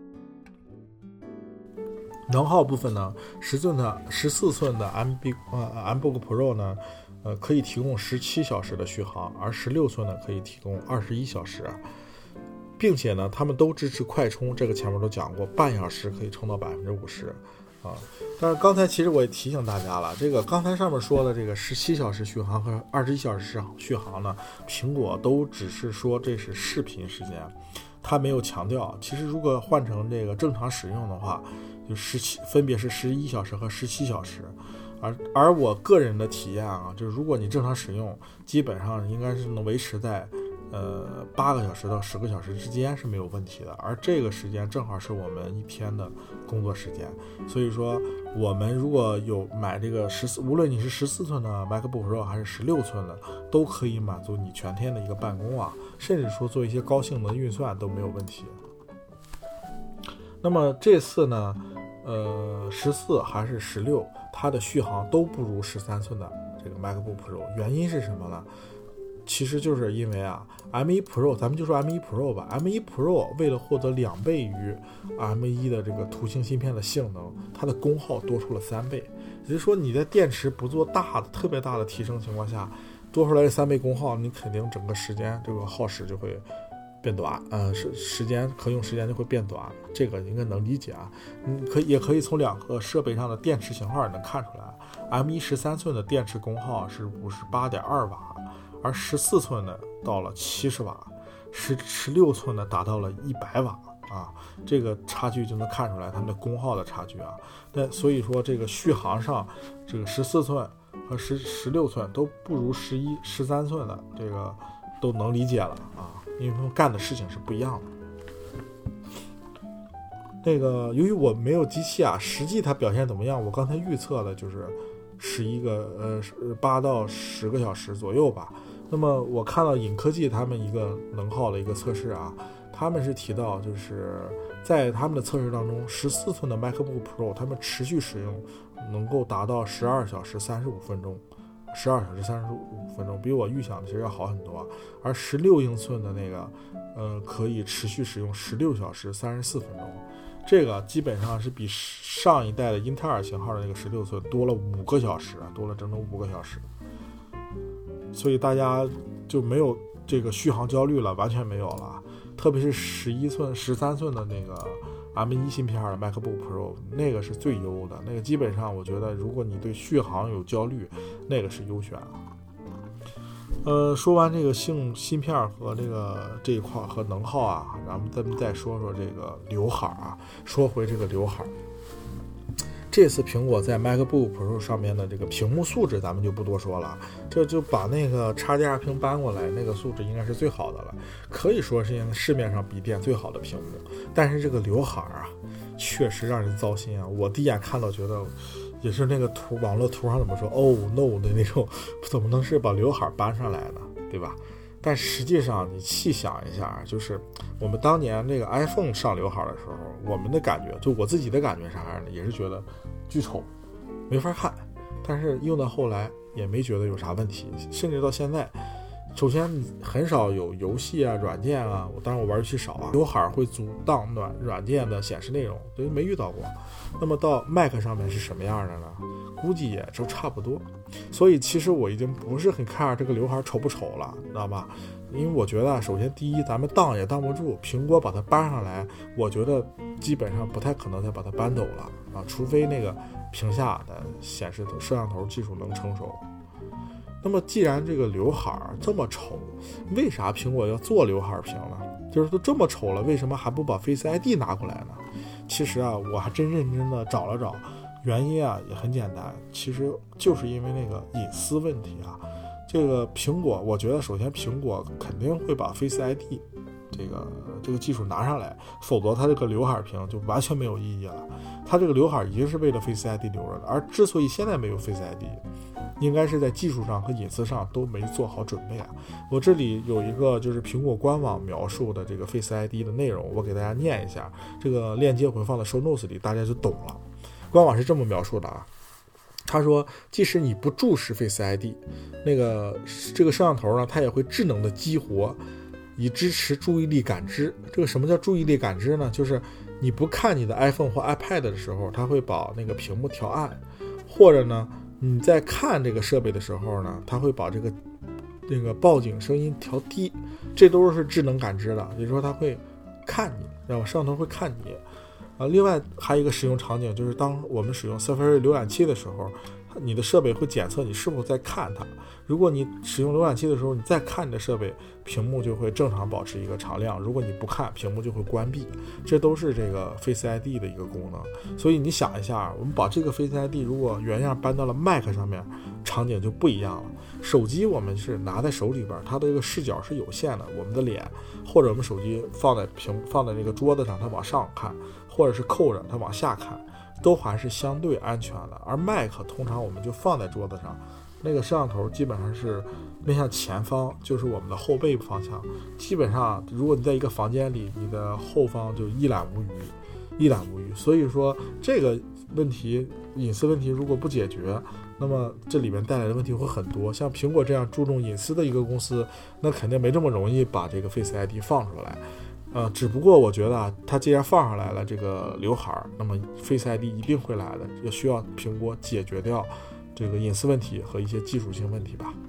能耗部分呢，十寸的十四寸的 M B 呃 MacBook Pro 呢，呃可以提供十七小时的续航，而十六寸呢可以提供二十一小时。并且呢，他们都支持快充，这个前面都讲过，半小时可以充到百分之五十啊。但是刚才其实我也提醒大家了，这个刚才上面说的这个十七小时续航和二十一小时续航呢，苹果都只是说这是视频时间，它没有强调。其实如果换成这个正常使用的话，就十七分别是十一小时和十七小时。而而我个人的体验啊，就是如果你正常使用，基本上应该是能维持在呃，八个小时到十个小时之间是没有问题的，而这个时间正好是我们一天的工作时间，所以说我们如果有买这个十四，无论你是十四寸的 MacBook Pro 还是十六寸的，都可以满足你全天的一个办公啊，甚至说做一些高性能运算都没有问题。那么这次呢，呃，十四还是十六，它的续航都不如十三寸的这个 MacBook Pro， 原因是什么呢？其实就是因为啊 M 一 Pro， 咱们就说 M 一 Pro 吧 M 一 Pro 为了获得两倍于 M 一 的这个图形芯片的性能，它的功耗多出了三倍，也就是说你在电池不做大的特别大的提升情况下，多出来的三倍功耗，你肯定整个时间这个耗时就会变短，呃，时时间可用时间就会变短，这个应该能理解啊。你可以也可以从两个设备上的电池型号能看出来 ，M 一 十三寸的电池功耗是五十八点二瓦。而十四寸的到了七十瓦，十十六寸的达到了一百瓦啊，这个差距就能看出来它们的功耗的差距啊。那所以说这个续航上，这个十四寸和十十六寸都不如十一十三寸的，这个都能理解了啊，因为他们干的事情是不一样的。那个由于我没有机器啊，实际它表现怎么样？我刚才预测的就是十一个呃八到十个小时左右吧。那么我看到尹科技他们一个能耗的一个测试啊，他们是提到就是在他们的测试当中，十四寸的 MacBook Pro 他们持续使用能够达到十二小时三十五分钟，十二小时三十五分钟，比我预想的其实要好很多。而十六英寸的那个呃可以持续使用十六小时三十四分钟，这个基本上是比上一代的英特尔型号的那个十六寸多了五个小时，多了整整五个小时。所以大家就没有这个续航焦虑了，完全没有了。特别是十一寸、十三寸的那个 M 一 芯片的 MacBook Pro， 那个是最优的。那个基本上我觉得，如果你对续航有焦虑，那个是优选。呃，说完这个性芯片和这个这一块和能耗啊，然后咱们再说说这个刘海啊。说回这个刘海。这次苹果在 MacBook Pro 上面的这个屏幕素质咱们就不多说了，这就把那个 X D R 屏搬过来，那个素质应该是最好的了，可以说是现在市面上笔电最好的屏幕。但是这个刘海啊，确实让人糟心啊！我第一眼看到觉得也是那个图网络图上怎么说 oh no 的那种，怎么能是把刘海搬上来呢，对吧？但实际上你细想一下，就是我们当年这个 iPhone 上刘海的时候，我们的感觉，就我自己的感觉啥样的，也是觉得巨丑，没法看。但是用到后来也没觉得有啥问题，甚至到现在，首先很少有游戏啊、软件啊，我当然我玩游戏少啊，刘海会阻挡软软件的显示内容，所以没遇到过。那么到 Mac 上面是什么样的呢？估计也就差不多。所以其实我已经不是很 care 这个刘海丑不丑了，知道吧？因为我觉得首先第一，咱们挡也挡不住，苹果把它搬上来，我觉得基本上不太可能再把它搬走了啊，除非那个屏下的显示摄像头技术能成熟。那么既然这个刘海这么丑，为啥苹果要做刘海屏呢？就是都这么丑了，为什么还不把 Face I D 拿过来呢？其实啊，我还真认真的找了找，原因啊也很简单，其实就是因为那个隐私问题啊。这个苹果，我觉得首先苹果肯定会把 Face I D 这个这个技术拿上来，否则它这个刘海屏就完全没有意义了。它这个刘海已经是为了 Face I D 留着的，而之所以现在没有 Face I D， 应该是在技术上和隐私上都没做好准备啊。我这里有一个就是苹果官网描述的这个 Face I D 的内容，我给大家念一下，这个链接会放在 show notes 里，大家就懂了。官网是这么描述的啊，他说即使你不注视 Face I D， 那个这个摄像头呢，它也会智能的激活，以支持注意力感知。这个什么叫注意力感知呢？就是你不看你的 iPhone 或 iPad 的时候，它会把那个屏幕调暗，或者呢你在看这个设备的时候呢，它会把这个那个报警声音调低，这都是智能感知的，也就是说它会看你，然后摄像头会看你。啊，另外还有一个使用场景，就是当我们使用 Safari 浏览器的时候，你的设备会检测你是否在看它。如果你使用浏览器的时候，你再看你的设备，屏幕就会正常保持一个常亮；如果你不看，屏幕就会关闭。这都是这个 Face I D 的一个功能。所以你想一下，我们把这个 Face I D 如果原样搬到了 Mac 上面，场景就不一样了。手机我们是拿在手里边，它的这个视角是有限的，我们的脸或者我们手机放在屏放在这个桌子上，它往上看，或者是扣着它往下看，都还是相对安全的。而 Mac 通常我们就放在桌子上，那个摄像头基本上是面向前方，就是我们的后背方向。基本上如果你在一个房间里，你的后方就一览无余，一览无余。所以说这个问题，隐私问题如果不解决，那么这里面带来的问题会很多。像苹果这样注重隐私的一个公司，那肯定没这么容易把这个 Face I D 放出来。呃，只不过我觉得啊，它既然放上来了这个刘海，那么 Face I D 一定会来的，也需要苹果解决掉这个隐私问题和一些技术性问题吧。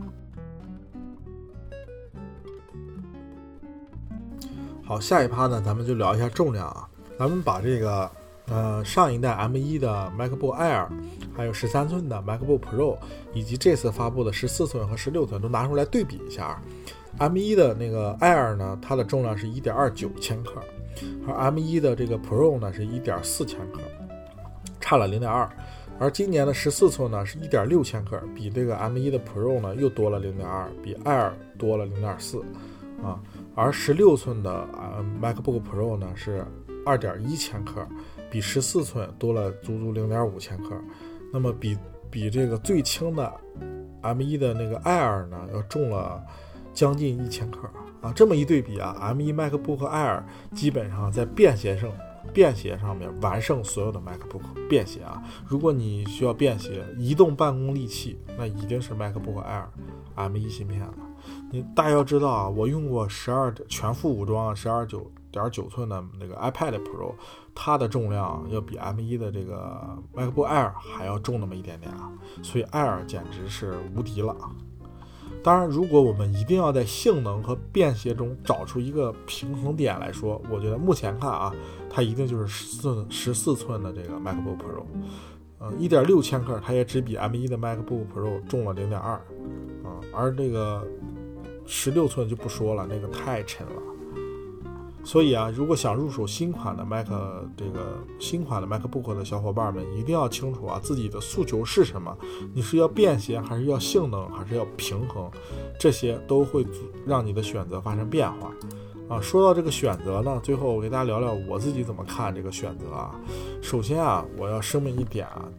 好，下一趴呢，咱们就聊一下重量啊。咱们把这个呃上一代 M 一 的 MacBook Air， 还有十三寸的 MacBook Pro， 以及这次发布的十四寸和十六寸都拿出来对比一下。M 一 的那个 Air 呢，它的重量是 一点二九千克，而 M 一 的这个 Pro 呢是 一点四千克，差了 零点二。而今年的十四寸呢是 一点六千克，比这个 M 一 的 Pro 呢又多了 零点二， 比 Air 多了 零点四 啊。而十六寸的、呃、MacBook Pro 呢是 二点一千克，比十四寸多了足足 零点五千克。那么比比这个最轻的 M 一 的那个 Air 呢要重了将近一千克啊！这么一对比啊 ，M 一 MacBook Air 基本上在便携上便携上面完胜所有的 MacBook 便携啊。如果你需要便携移动办公利器，那一定是 MacBook Air M 一 芯片了。你大家要知道啊，我用过十二全副武装十二点九寸的那个 iPad Pro， 它的重量要比 M 一 的这个 MacBook Air 还要重那么一点点啊，所以 Air 简直是无敌了。当然，如果我们一定要在性能和便携中找出一个平衡点来说，我觉得目前看啊，它一定就是十四寸的这个 MacBook Pro， 呃 一点六千克，它也只比 M 一 的 MacBook Pro 重了 零点二，啊，而这个十六寸就不说了，那个太沉了。所以啊，如果想入手新款的 Mac 这个新款的 MacBook 的小伙伴们，一定要清楚啊自己的诉求是什么。你是要便携，还是要性能，还是要平衡？这些都会让你的选择发生变化啊。说到这个选择呢，最后我给大家聊聊我自己怎么看这个选择啊。首先啊，我要声明一点啊，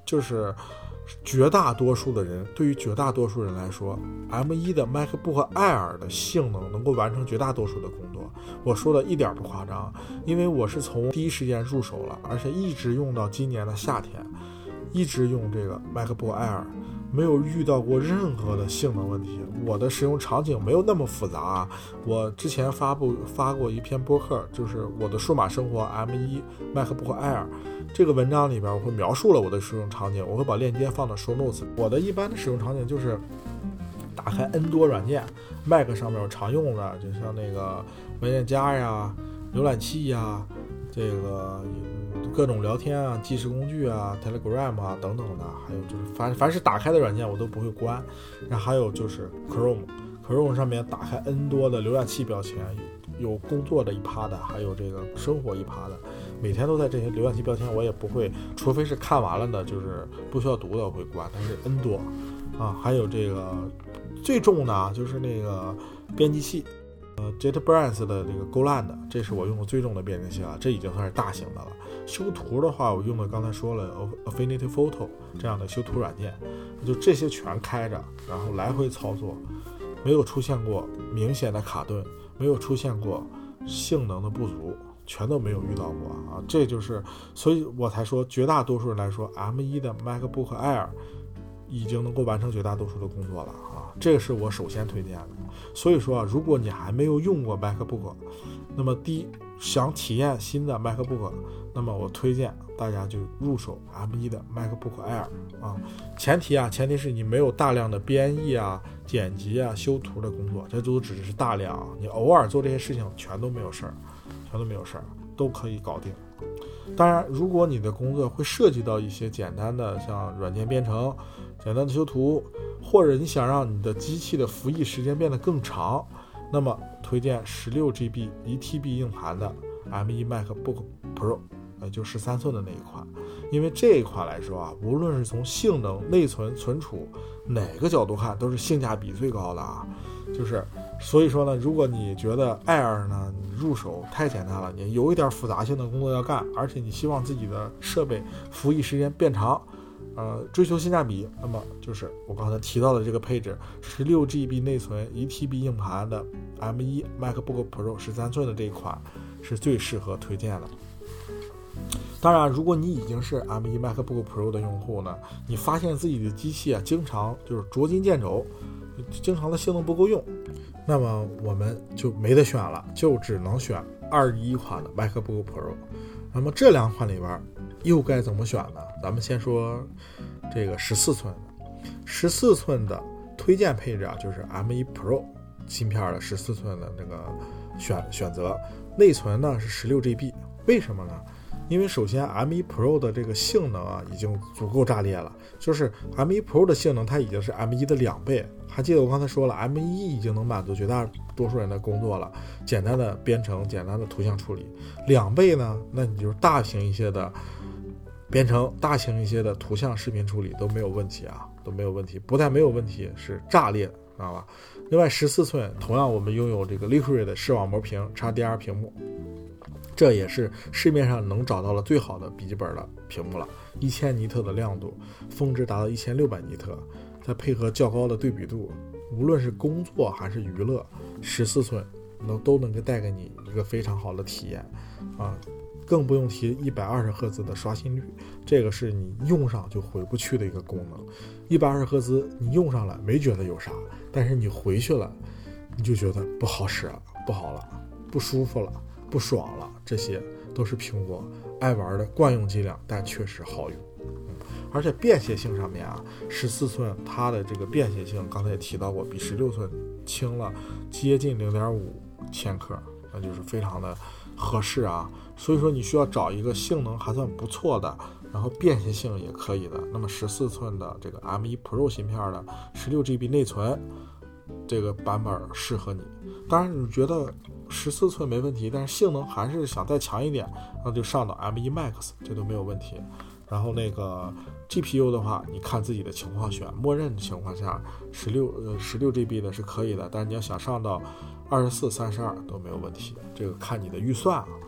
就是绝大多数的人，对于绝大多数人来说 M 一 的 MacBook Air 的性能能够完成绝大多数的工作。我说的一点不夸张，因为我是从第一时间入手了，而且一直用到今年的夏天，一直用这个 MacBook Air， 没有遇到过任何的性能问题。我的使用场景没有那么复杂，我之前发布发过一篇播客，就是我的数码生活 M 一 MacBook Air， 这个文章里边我会描述了我的使用场景，我会把链接放到 show notes。我的一般的使用场景就是打开 N 多软件， Mac 上面我常用的就像那个文件夹呀、浏览器呀，这个各种聊天啊、记事工具啊、Telegram 啊等等的，还有就是凡凡是打开的软件我都不会关。然后还有就是 Chrome， Chrome 上面打开 N 多的浏览器标签，有工作的一趴的，还有这个生活一趴的，每天都在这些浏览器标签我也不会，除非是看完了的，就是不需要读的我会关，但是 N 多啊。还有这个最重的就是那个编辑器。呃 JetBrains 的这个 Golang， 这是我用的最重的编辑器了，这已经算是大型的了。修图的话，我用的刚才说了 Affinity Photo 这样的修图软件，就这些全开着，然后来回操作，没有出现过明显的卡顿，没有出现过性能的不足，全都没有遇到过啊。这就是所以我才说绝大多数人来说 M 一 的 MacBook Air 已经能够完成绝大多数的工作了啊，这个是我首先推荐的。所以说啊，如果你还没有用过 MacBook， 那么第一想体验新的 MacBook， 那么我推荐大家就入手 M 一 的 MacBook Air 啊。前提啊，前提是你没有大量的编译啊、剪辑啊、修图的工作，这都只是大量啊，你偶尔做这些事情全都没有事儿，全都没有事儿，都可以搞定。当然，如果你的工作会涉及到一些简单的像软件编程、简单的修图，或者你想让你的机器的服役时间变得更长，那么推荐 十六 G B 一 T B 硬盘的 M 一 MacBook Pro， 也就十三寸的那一款。因为这一款来说啊，无论是从性能、内存、存储哪个角度看，都是性价比最高的啊。就是所以说呢，如果你觉得 Air 呢你入手太简单了，你有一点复杂性的工作要干，而且你希望自己的设备服役时间变长，呃，追求性价比，那么就是我刚才提到的这个配置 十六 G B 内存 一 T B 硬盘的 M 一 MacBook Pro 十三寸的这一款是最适合推荐的。当然，如果你已经是 M 一 MacBook Pro 的用户呢，你发现自己的机器啊经常就是捉襟见肘，经常的性能不够用，那么我们就没得选了，就只能选二十一款的 MacBook Pro。那么这两款里边又该怎么选呢？咱们先说这个十四寸的，十四寸的推荐配置啊，就是 M 一 Pro 芯片的十四寸的那个选选择，内存呢是 十六 G B。 为什么呢？因为首先 M 一 Pro 的这个性能啊已经足够炸裂了，就是 M 一 Pro 的性能它已经是 M 一 的两倍。还记得我刚才说了 M 一 已经能满足绝大多数人的工作了，简单的编程、简单的图像处理。两倍呢，那你就是大型一些的编程、大型一些的图像视频处理都没有问题啊，都没有问题。不但没有问题，是炸裂，知道吧？另外十四寸同样我们拥有这个 Liquid 的视网膜屏 X D R 屏幕，这也是市面上能找到了最好的笔记本的屏幕了，一千尼特的亮度，峰值达到一千六百尼特，再配合较高的对比度，无论是工作还是娱乐，十四寸能都能够带给你一个非常好的体验啊！更不用提一百二十赫兹的刷新率，这个是你用上就回不去的一个功能。一百二十赫兹你用上了没觉得有啥，但是你回去了，你就觉得不好使了，不好了，不舒服了，不爽了，这些都是苹果爱玩的惯用伎俩，但确实好用。嗯，而且便携性上面啊，十四寸它的这个便携性刚才也提到过，比十六寸轻了接近 零点五千克，那就是非常的合适啊。所以说你需要找一个性能还算不错的，然后便携性也可以的，那么十四寸的这个 M 一 Pro 芯片的 十六 G B 内存这个版本适合你。当然你觉得十四寸没问题，但是性能还是想再强一点，那就上到 M 一 Max， 这都没有问题。然后那个 G P U 的话，你看自己的情况选，默认的情况下十六呃 十六 G B 的是可以的，但是你要想上到二十四、三十二都没有问题，这个看你的预算啊。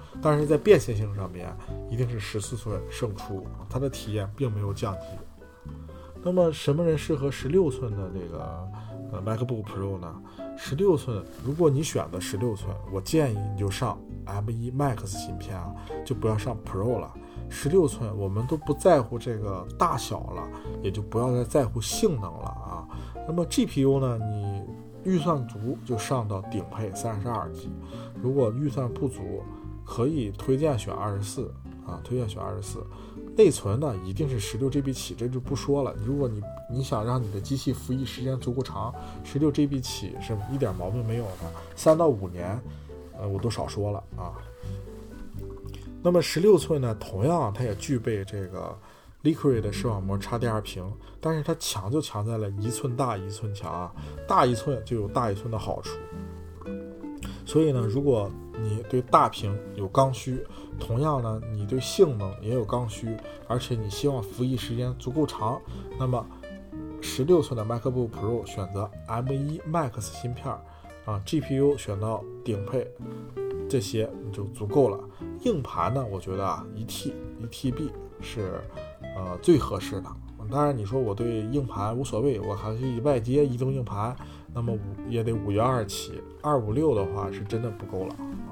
但是在便携性上面一定是十四寸胜出，它的体验并没有降级。那么什么人适合十六寸的这个呃 MacBook Pro 呢？十六寸，如果你选择十六寸，我建议你就上 M 一 Max 芯片啊，就不要上 Pro 了。十六寸我们都不在乎这个大小了，也就不要再在乎性能了啊。那么 G P U 呢，你预算足就上到顶配 三十二 G， 如果预算不足，可以推荐选二十四啊，推荐选二十四。内存呢一定是十六 G B 起，这就不说了。如果你你想让你的机器服役时间足够长，十六 G B 起是一点毛病没有的，三到五年，呃，我都少说了啊。那么十六寸呢，同样它也具备这个 Liquid 的视网膜 X D R 屏，但是它强就强在了一寸大一寸强啊，大一寸就有大一寸的好处。所以呢，如果你对大屏有刚需，同样呢，你对性能也有刚需，而且你希望服役时间足够长，那么十六寸的 MacBook Pro 选择 M 一 Max 芯片啊 ，G P U 选到顶配，这些你就足够了。硬盘呢，我觉得啊，一 T 一 T B 是呃最合适的。当然，你说我对硬盘无所谓，我还是以外接移动硬盘，那么也得五幺二起，二五六的话是真的不够了啊。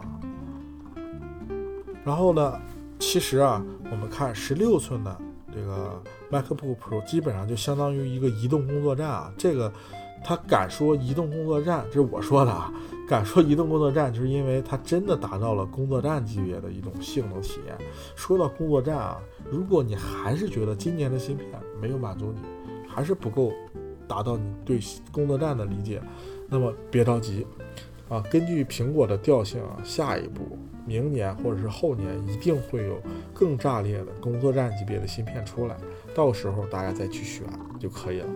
然后呢，其实啊，我们看十六寸的这个 MacBook Pro 基本上就相当于一个移动工作站啊。这个他敢说移动工作站，这是我说的啊，敢说移动工作站，就是因为它真的达到了工作站级别的一种性能体验。说到工作站啊，如果你还是觉得今年的芯片没有满足你，还是不够达到你对工作站的理解，那么别着急啊，根据苹果的调性啊，下一步明年或者是后年一定会有更炸裂的工作站级别的芯片出来，到时候大家再去选就可以了。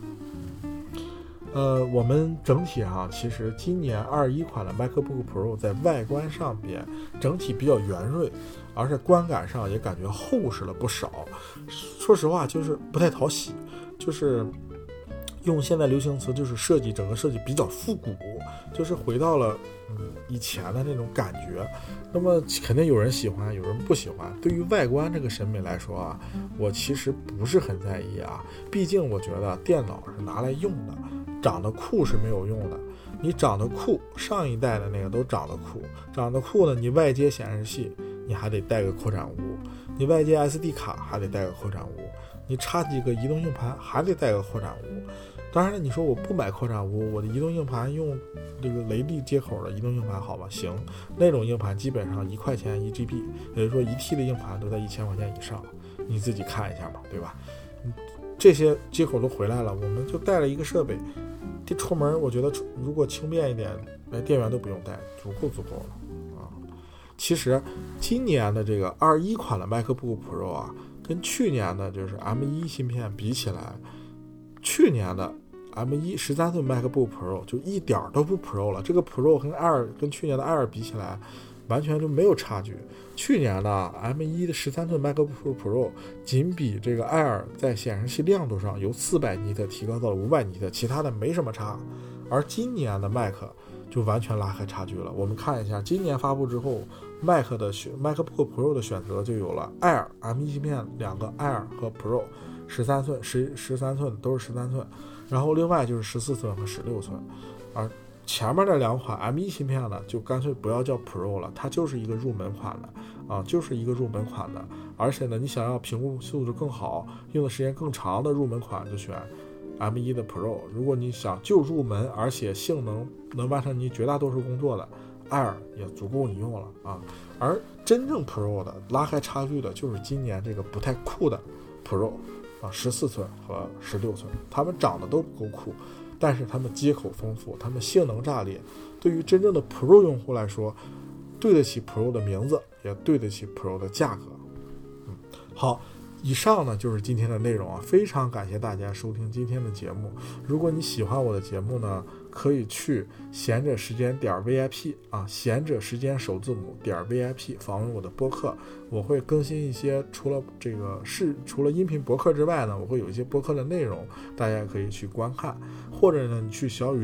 呃，我们整体哈、啊，其实今年二十一款的 MacBook Pro 在外观上边整体比较圆润，而且观感上也感觉厚实了不少。说实话，就是不太讨喜，就是用现在流行词，就是设计整个设计比较复古，就是回到了嗯以前的那种感觉。那么肯定有人喜欢，有人不喜欢。对于外观这个审美来说啊，我其实不是很在意啊，毕竟我觉得电脑是拿来用的。长得酷是没有用的，你长得酷，上一代的那个都长得酷，长得酷呢，你外接显示器你还得带个扩展坞，你外接 S D 卡还得带个扩展坞，你插几个移动硬盘还得带个扩展坞。当然了，你说我不买扩展坞，我的移动硬盘用这个雷利接口的移动硬盘好吧？行，那种硬盘基本上一块钱一 G B， 也就是说一 T 的硬盘都在一千块钱以上，你自己看一下嘛，对吧？这些接口都回来了，我们就带了一个设备。这出门我觉得如果轻便一点，连电源都不用带，足够足够了啊。其实今年的这个二十一款的 MacBook Pro 啊，跟去年的就是 M 一 芯片比起来，去年的 M 一 十三寸 MacBook Pro 就一点都不 Pro 了。这个 Pro 跟 Air 跟去年的 Air 比起来，完全就没有差距。去年的 M 一 的十三寸 MacBook Pro 仅比这个 Air 在显示器亮度上由四百尼特提高到了五百尼特，其他的没什么差。而今年的 Mac 就完全拉开差距了。我们看一下，今年发布之后 Mac 的 MacBook Pro 的选择就有了 Air M 一 芯片两个 Air 和 Pro 十三寸十十三寸都是十三寸，然后另外就是十四寸和十六寸。而前面的两款 M 一 芯片呢，就干脆不要叫 Pro 了，它就是一个入门款的啊，就是一个入门款的。而且呢，你想要屏幕素质更好，用的时间更长的入门款，就选 M 一 的 Pro。如果你想就入门，而且性能能完成你绝大多数工作的 Air 也足够你用了啊。而真正 Pro 的拉开差距的，就是今年这个不太酷的 Pro 啊，十四寸和十六寸，它们长得都不够酷。但是它们接口丰富，它们性能炸裂，对于真正的 Pro 用户来说，对得起 Pro 的名字，也对得起 Pro 的价格。嗯，好，以上呢就是今天的内容啊，非常感谢大家收听今天的节目。如果你喜欢我的节目呢，可以去闲着时间点 V I P 啊，闲着时间首字母点 V I P 访问我的播客，我会更新一些除了这个是除了音频播客之外呢，我会有一些播客的内容，大家可以去观看，或者呢你去小宇宙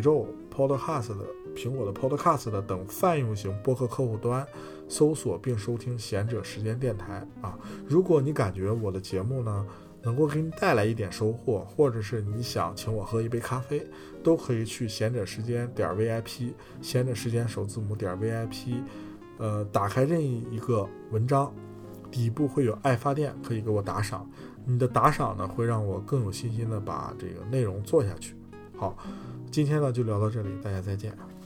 Podcast 的苹果的 Podcast 的等泛用型播客客户端搜索并收听闲者时间电台啊。如果你感觉我的节目呢能够给你带来一点收获，或者是你想请我喝一杯咖啡，都可以去闲者时间点 V I P， 闲者时间首字母点 V I P， 呃，打开任意一个文章，底部会有爱发电，可以给我打赏。你的打赏呢，会让我更有信心的把这个内容做下去。好，今天呢就聊到这里，大家再见。